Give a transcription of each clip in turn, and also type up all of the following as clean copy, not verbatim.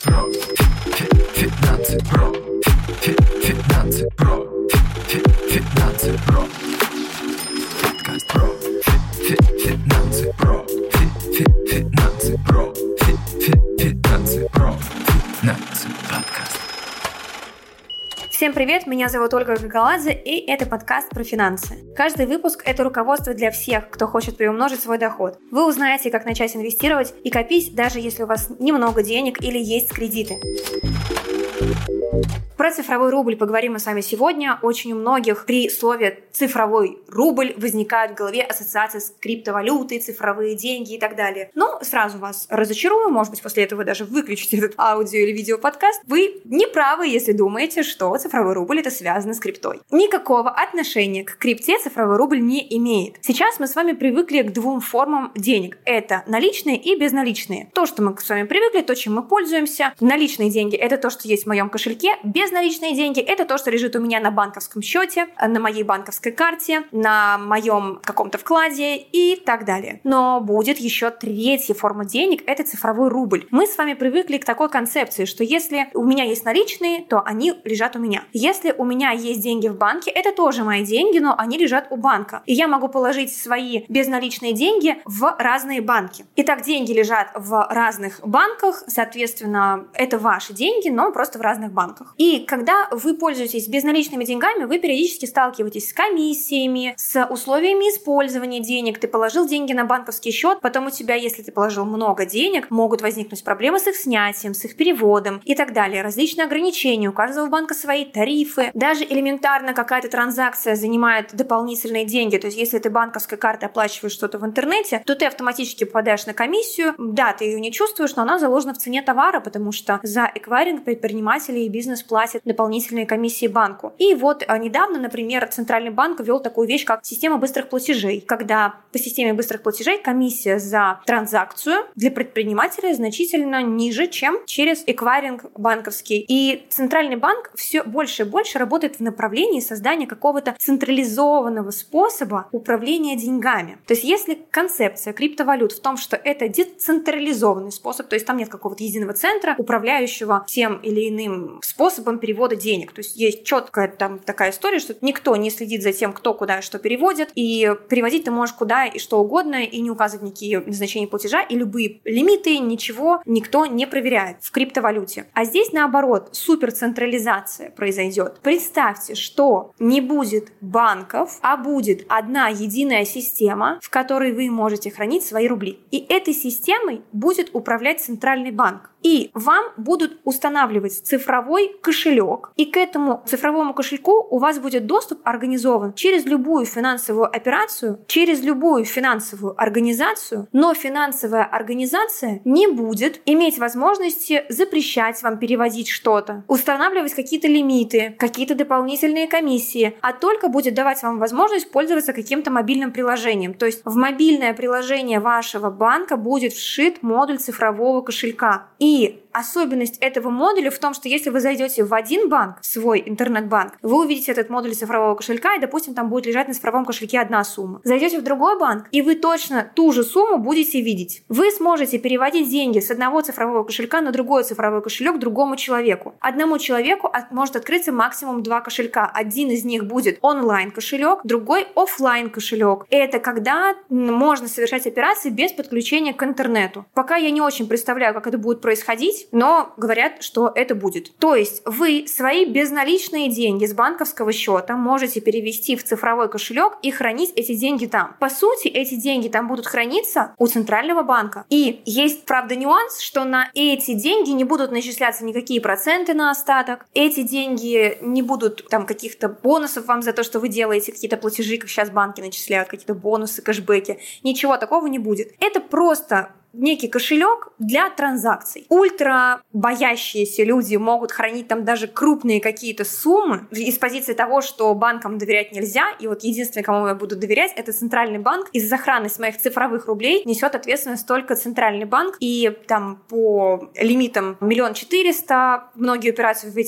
Про. Финансы про. Финансы про. Финансы про. Подкаст про. Финансы про. Финансы про. Финансы про. Финансы подкаст. Всем привет, меня зовут Ольга Гагаладзе, и это подкаст про финансы. Каждый выпуск – это руководство для всех, кто хочет приумножить свой доход. Вы узнаете, как начать инвестировать и копить, даже если у вас немного денег или есть кредиты. Про цифровой рубль поговорим мы с вами сегодня. Очень у многих при слове «цифровой рубль» возникают в голове ассоциации с криптовалютой, цифровые деньги и так далее. Но сразу вас разочарую, может быть, после этого даже выключите этот аудио- или видеоподкаст. Вы не правы, если думаете, что цифровой рубль – это связано с криптой. Никакого отношения к крипте цифровой рубль не имеет. Сейчас мы с вами привыкли к двум формам денег. Это наличные и безналичные. То, что мы с вами привыкли, то, чем мы пользуемся. Наличные деньги – это то, что есть в моем кошельке. Безналичные деньги – это то, что лежит у меня на банковском счете, на моей банковской карте, на моем каком-то вкладе и так далее. Но будет еще третья форма денег – это цифровой рубль. Мы с вами привыкли к такой концепции, что если у меня есть наличные, то они лежат у меня. Если у меня есть деньги в банке, это тоже мои деньги, но они лежат у банка. И я могу положить свои безналичные деньги в разные банки. Итак, деньги лежат в разных банках, соответственно, это ваши деньги, но просто в разных банках. И когда вы пользуетесь безналичными деньгами, вы периодически сталкиваетесь с комиссиями, с условиями использования денег. Ты положил деньги на банковский счет, потом у тебя, если ты положил много денег, могут возникнуть проблемы с их снятием, с их переводом и так далее. Различные ограничения, у каждого банка свои тарифы. Даже элементарно какая-то транзакция занимает дополнительные деньги. То есть если ты банковской картой оплачиваешь что-то в интернете, то ты автоматически попадаешь на комиссию. Да, ты ее не чувствуешь, но она заложена в цене товара, потому что за эквайринг предприниматели и бизнес платят дополнительные комиссии банку. И вот недавно, например, Центральный банк ввел такую вещь, как система быстрых платежей, когда по системе быстрых платежей комиссия за транзакцию для предпринимателя значительно ниже, чем через эквайринг банковский. И Центральный банк все больше и больше работает в направлении создания какого-то централизованного способа управления деньгами. То есть если концепция криптовалют в том, что это децентрализованный способ, то есть там нет какого-то единого центра, управляющего тем или иным способом перевода денег. То есть есть четкая там такая история, что никто не следит за тем, кто куда и что переводит, и переводить ты можешь куда и что угодно, и не указывать никакие назначения платежа, и любые лимиты, ничего никто не проверяет в криптовалюте. А здесь, наоборот, суперцентрализация произойдет. Представьте, что не будет банков, а будет одна единая система, в которой вы можете хранить свои рубли. И этой системой будет управлять Центральный банк. И вам будут устанавливать цифровой кошелек. И к этому цифровому кошельку у вас будет доступ организован через любую финансовую операцию, через любую финансовую организацию, но финансовая организация не будет иметь возможности запрещать вам переводить что-то, устанавливать какие-то лимиты, какие-то дополнительные комиссии, а только будет давать вам возможность пользоваться каким-то мобильным приложением. То есть в мобильное приложение вашего банка будет вшит модуль цифрового кошелька. И особенность этого модуля в том, что если вы зайдете в один банк, в свой интернет-банк, вы увидите этот модуль цифрового кошелька, и, допустим, там будет лежать на цифровом кошельке одна сумма. Зайдете в другой банк, и вы точно ту же сумму будете видеть. Вы сможете переводить деньги с одного цифрового кошелька на другой цифровой кошелек другому человеку. Одному человеку может открыться максимум 2 кошелька. Один из них будет онлайн-кошелек, другой офлайн-кошелек. Это когда можно совершать операции без подключения к интернету. Пока я не очень представляю, как это будет происходить, но говорят, что это будет. То есть вы свои безналичные деньги с банковского счета можете перевести в цифровой кошелек и хранить эти деньги там. По сути, эти деньги там будут храниться у Центрального банка. И есть, правда, нюанс, что на эти деньги не будут начисляться никакие проценты на остаток. Эти деньги не будут там каких-то бонусов вам за то, что вы делаете какие-то платежи, как сейчас банки начисляют, какие-то бонусы, кэшбэки. Ничего такого не будет. Это просто некий кошелек для транзакций. Ультра боящиеся люди могут хранить там даже крупные какие-то суммы из позиции того, что банкам доверять нельзя, и вот единственное, кому я буду доверять, это Центральный банк. И за сохранность моих цифровых рублей несет ответственность только Центральный банк, и там по лимитам 1 400 000 многие операции в эти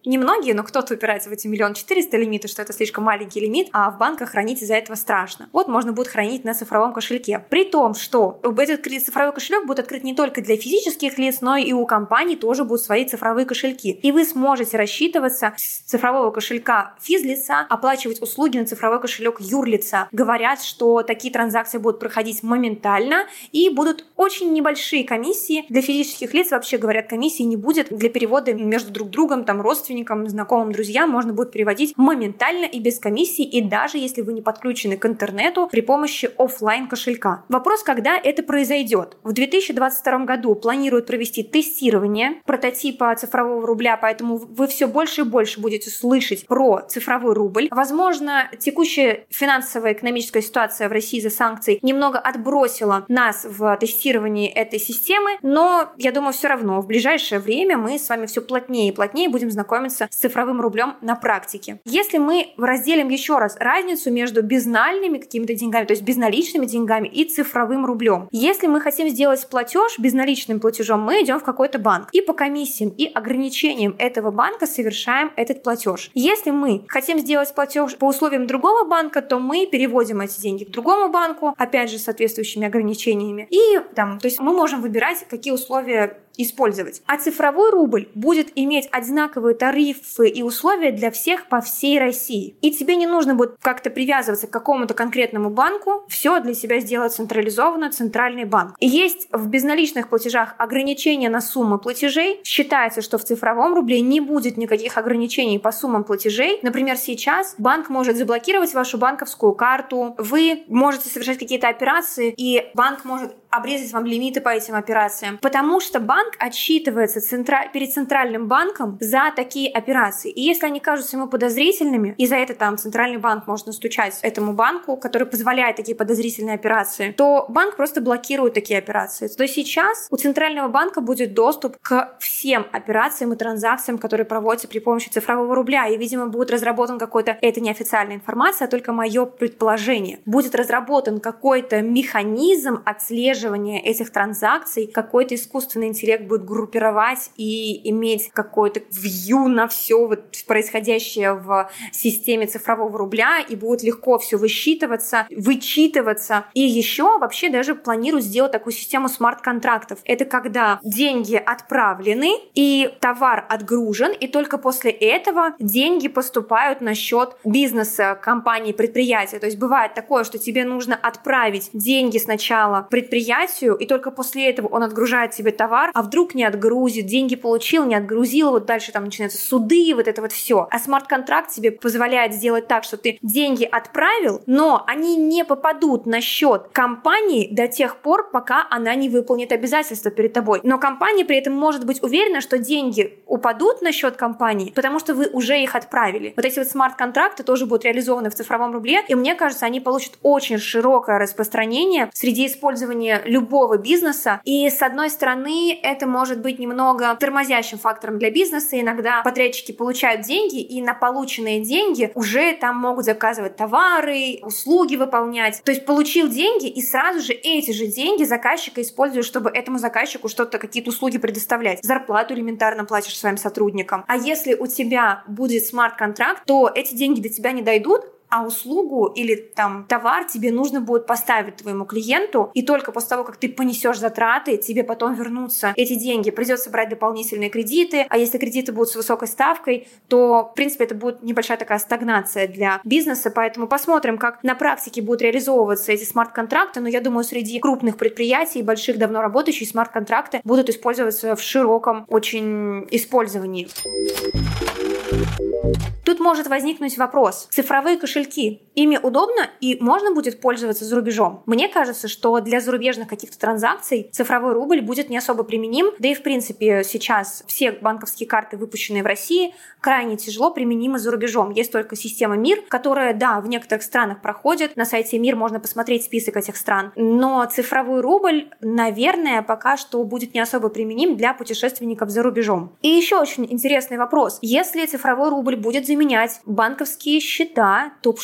немногие, но кто-то упирается в эти 1 400 000 лимиты, что это слишком маленький лимит, а в банках хранить из-за этого страшно. Вот можно будет хранить на цифровом кошельке. При том, что этот цифровой кошелек будет открыт не только для физических лиц, но и у компаний тоже будут свои цифровые кошельки. И вы сможете рассчитываться с цифрового кошелька физлица, оплачивать услуги на цифровой кошелек юрлица. Говорят, что такие транзакции будут проходить моментально и будут очень небольшие комиссии. Для физических лиц, вообще говорят, комиссии не будет. Для перевода между друг другом, родственникам, знакомым, друзьям можно будет переводить моментально и без комиссии, и даже если вы не подключены к интернету при помощи офлайн кошелька. Вопрос, когда это произойдет. В 2022 году планируют провести тестирование прототипа цифрового рубля, поэтому вы все больше и больше будете слышать про цифровой рубль. Возможно, текущая финансовая экономическая ситуация в России из-за санкций немного отбросила нас в тестировании этой системы, но я думаю, все равно в ближайшее время мы с вами все плотнее и плотнее будем знакомиться с цифровым рублем на практике. Если мы разделим еще раз разницу между безнальными какими-то деньгами, то есть безналичными деньгами и цифровым рублем. Если мы хотим сделать платеж безналичным платежом, мы идем в какой-то банк и по комиссиям и ограничениям этого банка совершаем этот платеж. Если мы хотим сделать платеж по условиям другого банка, то мы переводим эти деньги к другому банку, опять же с соответствующими ограничениями. И то есть мы можем выбирать, какие условия использовать. А цифровой рубль будет иметь одинаковые тарифы и условия для всех по всей России. И тебе не нужно будет как-то привязываться к какому-то конкретному банку. Все для себя сделает централизованно центральный банк. И есть в безналичных платежах ограничения на суммы платежей. Считается, что в цифровом рубле не будет никаких ограничений по суммам платежей. Например, сейчас банк может заблокировать вашу банковскую карту. Вы можете совершать какие-то операции, и банк может обрезать вам лимиты по этим операциям. Потому что банк отчитывается перед центральным банком за такие операции. И если они кажутся ему подозрительными, и за это центральный банк может настучать этому банку, который позволяет такие подозрительные операции, то банк просто блокирует такие операции. То сейчас у центрального банка будет доступ к всем операциям и транзакциям, которые проводятся при помощи цифрового рубля. И, видимо, будет разработан какой-то, это не официальная информация, а только мое предположение, будет разработан какой-то механизм отслеживания этих транзакций, какой-то искусственный интеллект будет группировать и иметь какой-то вью на все происходящее в системе цифрового рубля, и будет легко все вычитываться. И еще вообще даже планируют сделать такую систему смарт-контрактов. Это когда деньги отправлены и товар отгружен, и только после этого деньги поступают на счет бизнеса, компании, предприятия. То есть бывает такое, что тебе нужно отправить деньги сначала предприятию, и только после этого он отгружает тебе товар, а вдруг не отгрузит, деньги получил, не отгрузил, дальше начинаются суды, это все. А смарт-контракт тебе позволяет сделать так, что ты деньги отправил, но они не попадут на счет компании до тех пор, пока она не выполнит обязательства перед тобой. Но компания при этом может быть уверена, что деньги упадут на счет компании, потому что вы уже их отправили. Эти смарт-контракты тоже будут реализованы в цифровом рубле, и мне кажется, они получат очень широкое распространение среди использования любого бизнеса. И с одной стороны, это может быть немного тормозящим фактором для бизнеса. Иногда подрядчики получают деньги, и на полученные деньги уже там могут заказывать товары, услуги выполнять. То есть получил деньги, и сразу же эти же деньги заказчика используют, чтобы этому заказчику какие-то услуги предоставлять. Зарплату элементарно платишь своим сотрудникам. А если у тебя будет смарт-контракт, то эти деньги до тебя не дойдут, а услугу или товар тебе нужно будет поставить твоему клиенту, и только после того, как ты понесешь затраты, тебе потом вернутся эти деньги. Придется брать дополнительные кредиты, а если кредиты будут с высокой ставкой, то, в принципе, это будет небольшая такая стагнация для бизнеса, поэтому посмотрим, как на практике будут реализовываться эти смарт-контракты, но я думаю, среди крупных предприятий, больших, давно работающих, смарт-контракты будут использоваться в широком очень использовании. Тут может возникнуть вопрос. Цифровые кошельки, ими удобно и можно будет пользоваться за рубежом? Мне кажется, что для зарубежных каких-то транзакций цифровой рубль будет не особо применим, да и в принципе сейчас все банковские карты, выпущенные в России, крайне тяжело применимы за рубежом. Есть только система МИР, которая, да, в некоторых странах проходит. На сайте МИР можно посмотреть список этих стран. Но цифровой рубль, наверное, пока что будет не особо применим для путешественников за рубежом. И еще очень интересный вопрос. Если цифровой рубль будет заменять банковские счета, то что произойдет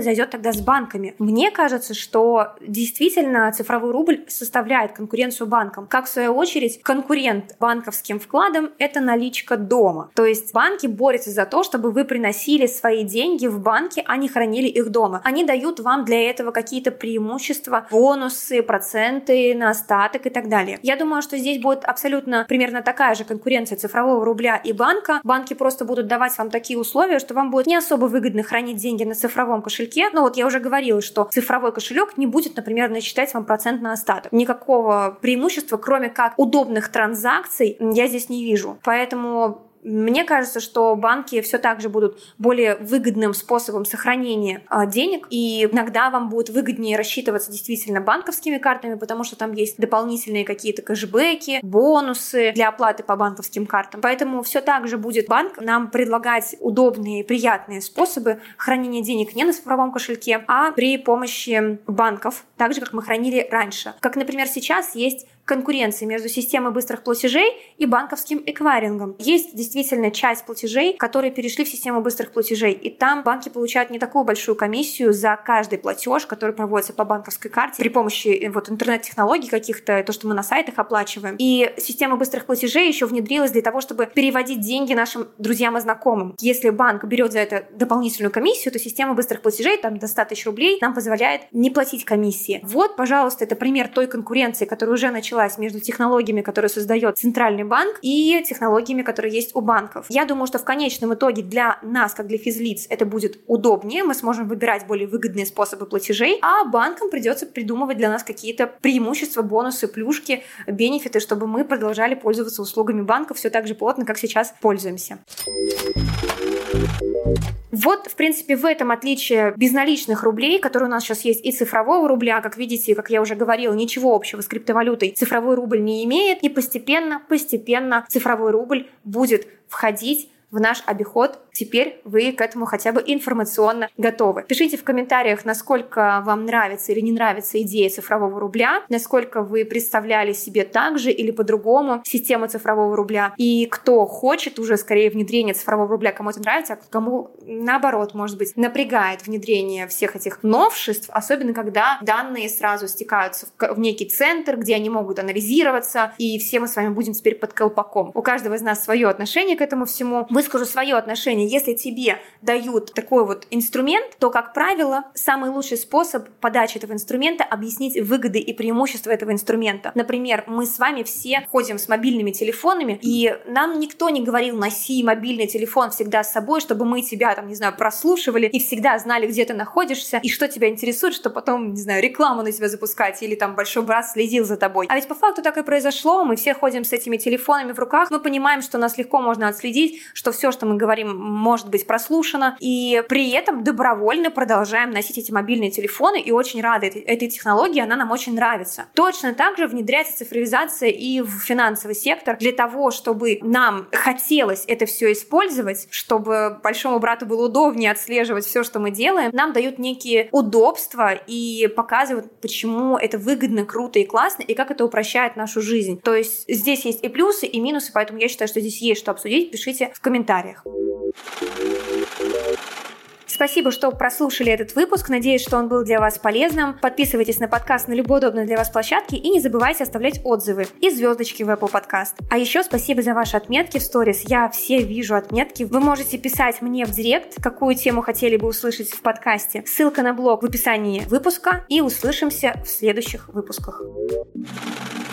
произойдет тогда с банками? Мне кажется, что действительно цифровой рубль составляет конкуренцию банкам. Как в свою очередь конкурент банковским вкладам – это наличка дома. То есть банки борются за то, чтобы вы приносили свои деньги в банки, а не хранили их дома. Они дают вам для этого какие-то преимущества, бонусы, проценты на остаток и так далее. Я думаю, что здесь будет абсолютно примерно такая же конкуренция цифрового рубля и банка. Банки просто будут давать вам такие условия, что вам будет не особо выгодно хранить деньги на цифровом кошельке. Но вот я уже говорила, что цифровой кошелек не будет, например, начислять вам процент на остаток. Никакого преимущества, кроме как удобных транзакций, я здесь не вижу. Поэтому мне кажется, что банки все так же будут более выгодным способом сохранения денег, и иногда вам будет выгоднее рассчитываться действительно банковскими картами, потому что там есть дополнительные какие-то кэшбэки, бонусы для оплаты по банковским картам. Поэтому все так же будет банк нам предлагать удобные и приятные способы хранения денег не на цифровом кошельке, а при помощи банков, так же, как мы хранили раньше. Как, например, сейчас есть конкуренции между системой быстрых платежей и банковским эквайрингом. Есть действительно часть платежей, которые перешли в систему быстрых платежей, и там банки получают не такую большую комиссию за каждый платеж, который проводится по банковской карте при помощи интернет-технологий каких-то, то, что мы на сайтах оплачиваем. И система быстрых платежей еще внедрилась для того, чтобы переводить деньги нашим друзьям и знакомым. Если банк берет за это дополнительную комиссию, то система быстрых платежей, там до 100 тысяч рублей, нам позволяет не платить комиссии. Вот, пожалуйста, это пример той конкуренции, которая уже началась между технологиями, которые создает Центральный банк, и технологиями, которые есть у банков. Я думаю, что в конечном итоге для нас, как для физлиц, это будет удобнее, мы сможем выбирать более выгодные способы платежей, а банкам придется придумывать для нас какие-то преимущества, бонусы, плюшки, бенефиты, чтобы мы продолжали пользоваться услугами банков все так же плотно, как сейчас пользуемся. Вот, в принципе, в этом отличие безналичных рублей, которые у нас сейчас есть, и цифрового рубля. Как видите, как я уже говорила, ничего общего с криптовалютой цифровой рубль не имеет, и постепенно цифровой рубль будет входить в наш обиход. Теперь вы к этому хотя бы информационно готовы. Пишите в комментариях, насколько вам нравится или не нравится идея цифрового рубля, насколько вы представляли себе так же или по-другому систему цифрового рубля, и кто хочет уже скорее внедрение цифрового рубля, кому это нравится, а кому наоборот, может быть, напрягает внедрение всех этих новшеств, особенно когда данные сразу стекаются в некий центр, где они могут анализироваться, и все мы с вами будем теперь под колпаком. У каждого из нас свое отношение к этому всему. Выскажу свое отношение. Если тебе дают такой вот инструмент, то, как правило, самый лучший способ подачи этого инструмента — объяснить выгоды и преимущества этого инструмента. Например, мы с вами все ходим с мобильными телефонами, и нам никто не говорил: носи мобильный телефон всегда с собой, чтобы мы тебя, прослушивали и всегда знали, где ты находишься и что тебя интересует, чтобы потом, рекламу на тебя запускать или большой брат следил за тобой. А ведь по факту так и произошло. Мы все ходим с этими телефонами в руках, мы понимаем, что нас легко можно отследить, что все, что мы говорим, может быть прослушано, и при этом добровольно продолжаем носить эти мобильные телефоны и очень рады этой технологии, она нам очень нравится. Точно так же внедряется цифровизация и в финансовый сектор для того, чтобы нам хотелось это все использовать, чтобы большому брату было удобнее отслеживать все, что мы делаем. Нам дают некие удобства и показывают, почему это выгодно, круто и классно, и как это упрощает нашу жизнь. То есть здесь есть и плюсы, и минусы, поэтому я считаю, что здесь есть что обсудить. Пишите в комментариях. Спасибо, что прослушали этот выпуск. Надеюсь, что он был для вас полезным. Подписывайтесь на подкаст на любой удобной для вас площадке и не забывайте оставлять отзывы и звездочки в Apple Podcast. А еще спасибо за ваши отметки в сторис. Я все вижу отметки. Вы можете писать мне в директ, какую тему хотели бы услышать в подкасте. Ссылка на блог в описании выпуска. И услышимся в следующих выпусках.